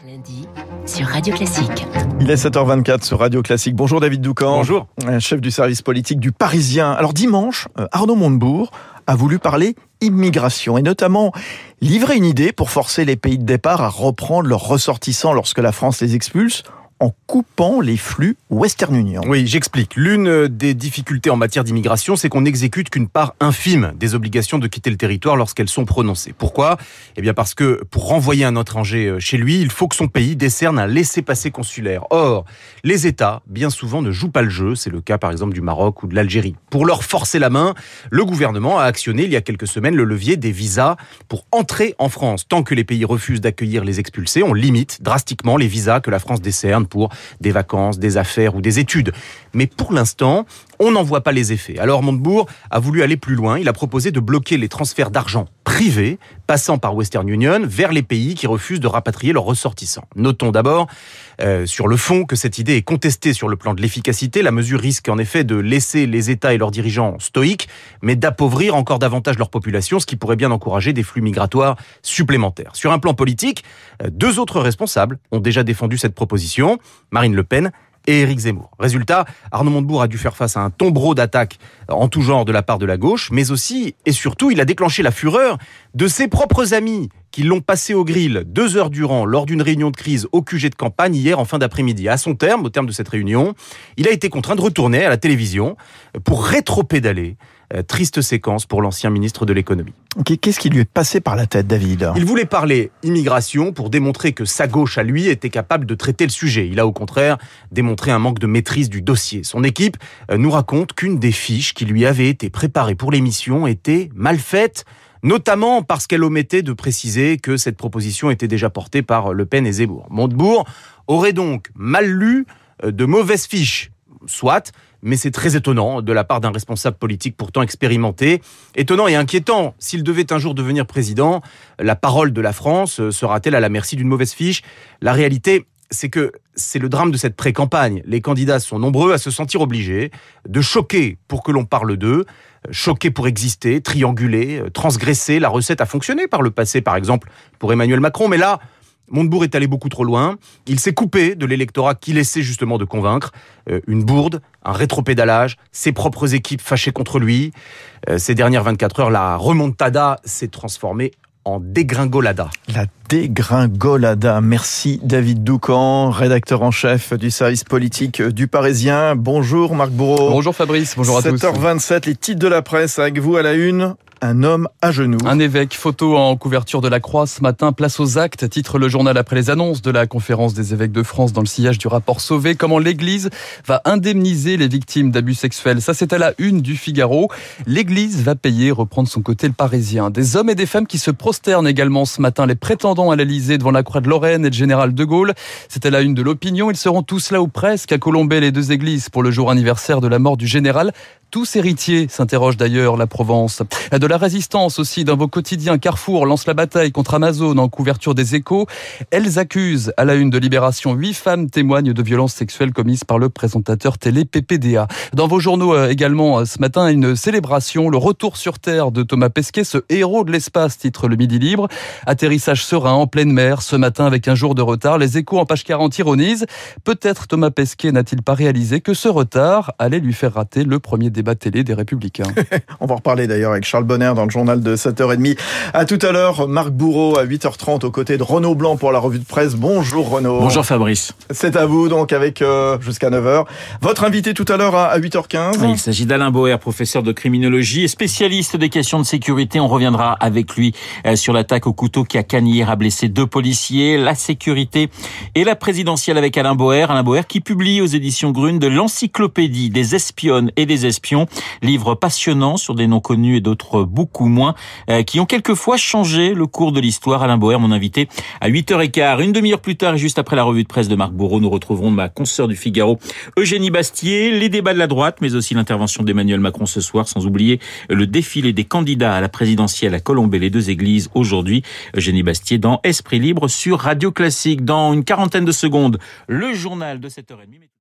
Lundi, sur Radio Classique. Il est 7h24 sur Radio Classique. Bonjour David Doucan. Bonjour. Chef du service politique du Parisien. Alors dimanche, Arnaud Montebourg a voulu parler immigration et notamment livrer une idée pour forcer les pays de départ à reprendre leurs ressortissants lorsque la France les expulse, en coupant les flux Western Union. Oui, j'explique. L'une des difficultés en matière d'immigration, c'est qu'on n'exécute qu'une part infime des obligations de quitter le territoire lorsqu'elles sont prononcées. Pourquoi ? Eh bien parce que pour renvoyer un étranger chez lui, il faut que son pays décerne un laissez-passer consulaire. Or, les États, bien souvent, ne jouent pas le jeu. C'est le cas par exemple du Maroc ou de l'Algérie. Pour leur forcer la main, le gouvernement a actionné il y a quelques semaines le levier des visas pour entrer en France. Tant que les pays refusent d'accueillir les expulsés, on limite drastiquement les visas que la France décerne pour des vacances, des affaires ou des études. Mais pour l'instant, on n'en voit pas les effets. Alors Montebourg a voulu aller plus loin. Il a proposé de bloquer les transferts d'argent privés passant par Western Union vers les pays qui refusent de rapatrier leurs ressortissants. Notons d'abord sur le fond que cette idée est contestée sur le plan de l'efficacité. La mesure risque en effet de laisser les États et leurs dirigeants stoïques, mais d'appauvrir encore davantage leur population, ce qui pourrait bien encourager des flux migratoires supplémentaires. Sur un plan politique, deux autres responsables ont déjà défendu cette proposition, Marine Le Pen et Éric Zemmour. Résultat, Arnaud Montebourg a dû faire face à un tombereau d'attaques en tout genre de la part de la gauche, mais aussi et surtout, il a déclenché la fureur de ses propres amis qui l'ont passé au grill 2 heures durant lors d'une réunion de crise au QG de campagne hier en fin d'après-midi. Au terme de cette réunion, il a été contraint de retourner à la télévision pour rétropédaler. Triste séquence pour l'ancien ministre de l'économie. Qu'est-ce qui lui est passé par la tête, David ? Il voulait parler immigration pour démontrer que sa gauche à lui était capable de traiter le sujet. Il a au contraire démontré un manque de maîtrise du dossier. Son équipe nous raconte qu'une des fiches qui lui avait été préparée pour l'émission était mal faite, notamment parce qu'elle omettait de préciser que cette proposition était déjà portée par Le Pen et Zemmour. Montebourg aurait donc mal lu de mauvaises fiches. Soit, mais c'est très étonnant de la part d'un responsable politique pourtant expérimenté. Étonnant et inquiétant. S'il devait un jour devenir président, la parole de la France sera-t-elle à la merci d'une mauvaise fiche ? La réalité, c'est que c'est le drame de cette pré-campagne. Les candidats sont nombreux à se sentir obligés de choquer pour que l'on parle d'eux, choquer pour exister, trianguler, transgresser. La recette a fonctionné par le passé, par exemple, pour Emmanuel Macron, mais là, Montebourg est allé beaucoup trop loin. Il s'est coupé de l'électorat qu'il essaie justement de convaincre. Une bourde, un rétropédalage, ses propres équipes fâchées contre lui. Ces dernières 24 heures, la remontada s'est transformée en dégringolada. La dégringolada. Merci David Doucan, rédacteur en chef du service politique du Parisien. Bonjour Marc Bourreau. Bonjour Fabrice, bonjour à tous. 7h27, les titres de la presse avec vous à la une. Un homme à genoux. Un évêque, photo en couverture de la Croix ce matin, place aux actes, titre le journal après les annonces de la conférence des évêques de France dans le sillage du rapport Sauvé. Comment l'Église va indemniser les victimes d'abus sexuels. Ça, c'est à la une du Figaro. L'Église va payer, reprendre son côté le Parisien. Des hommes et des femmes qui se prosternent également ce matin, les prétendants à l'Élysée devant la Croix de Lorraine et le général de Gaulle. C'est à la une de l'Opinion. Ils seront tous là ou presque à Colombey, les deux églises, pour le jour anniversaire de la mort du général. Tous héritiers, s'interroge d'ailleurs la Provence. De la résistance aussi dans vos quotidiens. Carrefour lance la bataille contre Amazon en couverture des Échos. Elles accusent à la une de Libération. 8 femmes témoignent de violences sexuelles commises par le présentateur télé PPDA. Dans vos journaux également ce matin, une célébration, le retour sur Terre de Thomas Pesquet, ce héros de l'espace, titre le Midi Libre. Atterrissage serein en pleine mer ce matin avec un jour de retard. Les Échos en page 40 ironisent. Peut-être Thomas Pesquet n'a-t-il pas réalisé que ce retard allait lui faire rater le premier débat télé des Républicains. On va en reparler d'ailleurs avec Charles Bonner dans le journal de 7h30. À tout à l'heure, Marc Bourreau à 8h30 aux côtés de Renaud Blanc pour la revue de presse. Bonjour Renaud. Bonjour Fabrice. C'est à vous donc avec jusqu'à 9h. Votre invité tout à l'heure à 8h15. Il s'agit d'Alain Boer, professeur de criminologie et spécialiste des questions de sécurité. On reviendra avec lui sur l'attaque au couteau qui à Cannes hier a blessé 2 policiers, la sécurité et la présidentielle avec Alain Boer. Alain Boer qui publie aux éditions Grune de l'encyclopédie des espionnes et des espions. Livre passionnant sur des noms connus et d'autres beaucoup moins, qui ont quelquefois changé le cours de l'histoire. Alain Boer, mon invité, à 8h15. Une demi-heure plus tard et juste après la revue de presse de Marc Bourreau, nous retrouverons ma consoeur du Figaro, Eugénie Bastier, les débats de la droite, mais aussi l'intervention d'Emmanuel Macron ce soir, sans oublier le défilé des candidats à la présidentielle à Colombey, les deux églises aujourd'hui. Eugénie Bastier dans Esprit Libre sur Radio Classique. Dans une quarantaine de secondes, le journal de 7h30.